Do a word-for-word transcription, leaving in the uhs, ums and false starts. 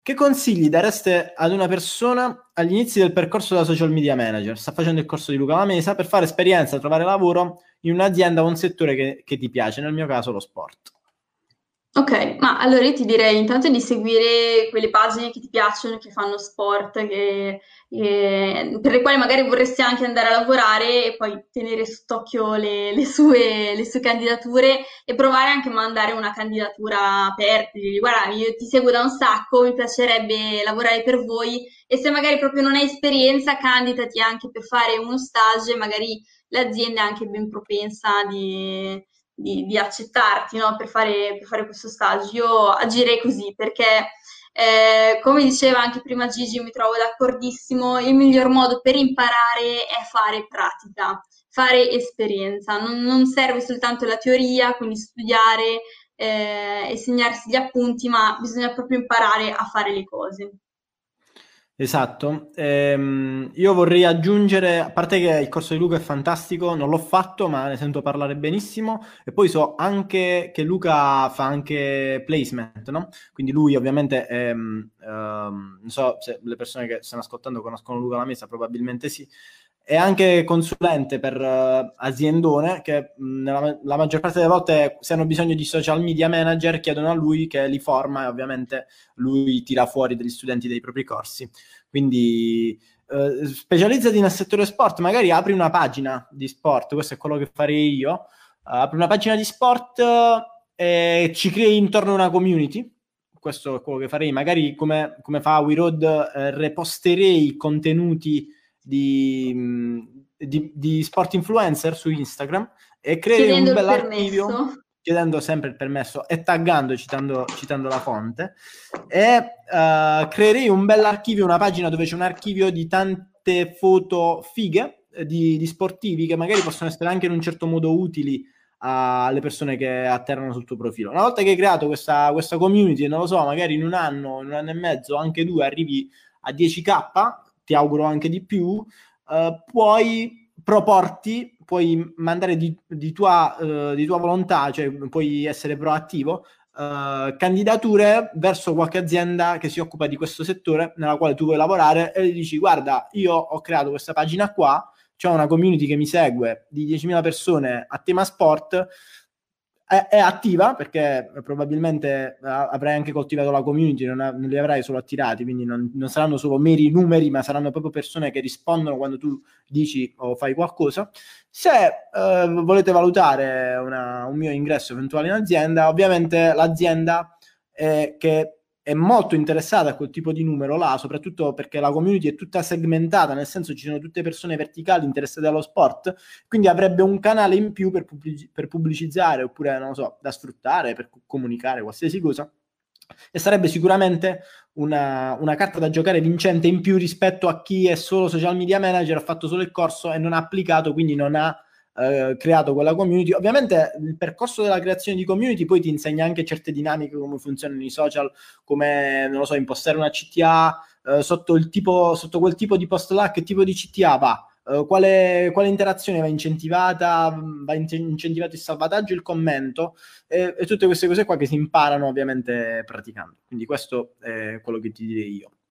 Che consigli dareste ad una persona agli inizi del percorso da social media manager? Sta facendo il corso di Luca Lamesa per fare esperienza, trovare lavoro in un'azienda o un settore che, che ti piace, nel mio caso lo sport. Ok, ma allora io ti direi intanto di seguire quelle pagine che ti piacciono, che fanno sport, che- che- per le quali magari vorresti anche andare a lavorare e poi tenere sott'occhio le, le sue, le sue candidature e provare anche a mandare una candidatura aperta. Dirgli, guarda, io ti seguo da un sacco, mi piacerebbe lavorare per voi e se magari proprio non hai esperienza, candidati anche per fare uno stage, magari l'azienda è anche ben propensa di di, di accettarti, no, per fare, per fare questo stage. Io agirei così perché, eh, come diceva anche prima Gigi, io mi trovo d'accordissimo, il miglior modo per imparare è fare pratica, fare esperienza. Non, non serve soltanto la teoria, quindi studiare eh, e segnarsi gli appunti, ma bisogna proprio imparare a fare le cose. Esatto. Ehm, io vorrei aggiungere, a parte che il corso di Luca è fantastico, non l'ho fatto, ma ne sento parlare benissimo, e poi so anche che Luca fa anche placement, no? Quindi lui ovviamente, ehm, ehm, non so se le persone che stanno ascoltando conoscono Luca Lamesa, probabilmente sì, è anche consulente per eh, aziendone che mh, nella, la maggior parte delle volte se hanno bisogno di social media manager chiedono a lui che li forma e ovviamente lui tira fuori degli studenti dei propri corsi. Quindi eh, specializzati nel settore sport, magari apri una pagina di sport, questo è quello che farei io, uh, apri una pagina di sport eh, e ci crei intorno una community, questo è quello che farei, magari come, come fa We Road, eh, reposterei contenuti di, di, di sport influencer su Instagram e creerei Chiedendo un il bell'archivio permesso. chiedendo sempre il permesso e taggando, citando, citando la fonte, e uh, creerei un bell'archivio, una pagina dove c'è un archivio di tante foto fighe eh, di, di sportivi che magari possono essere anche in un certo modo utili alle persone che atterrano sul tuo profilo. Una volta che hai creato questa, questa community, non lo so, magari in un anno, in un anno e mezzo, anche due, arrivi a dieci k, ti auguro anche di più, eh, puoi proporti, puoi mandare di, di, tua, eh, di tua volontà, cioè puoi essere proattivo, eh, candidature verso qualche azienda che si occupa di questo settore nella quale tu vuoi lavorare e gli dici guarda, io ho creato questa pagina qua, c'è una community che mi segue di diecimila persone a tema sport, è, è attiva perché probabilmente avrai anche coltivato la community, non, ha, non li avrai solo attirati, quindi non, non saranno solo meri numeri, ma saranno proprio persone che rispondono quando tu dici o fai qualcosa. Se eh, volete valutare una, un mio ingresso eventuale in azienda, ovviamente l'azienda eh, che è molto interessata a quel tipo di numero là, soprattutto perché la community è tutta segmentata, nel senso ci sono tutte persone verticali interessate allo sport, quindi avrebbe un canale in più per, pubblici- per pubblicizzare oppure, non lo so, da sfruttare, per comunicare qualsiasi cosa. E sarebbe sicuramente una, una carta da giocare vincente in più rispetto a chi è solo social media manager, ha fatto solo il corso e non ha applicato, quindi non ha eh, creato quella community. Ovviamente il percorso della creazione di community poi ti insegna anche certe dinamiche, come funzionano i social, come, non lo so, impostare una C T A eh, sotto, il tipo, sotto quel tipo di post là, che tipo di C T A va. Uh, quale, quale interazione va incentivata, va in- incentivato il salvataggio, il commento e, e tutte queste cose qua che si imparano ovviamente praticando. Quindi questo è quello che ti direi io.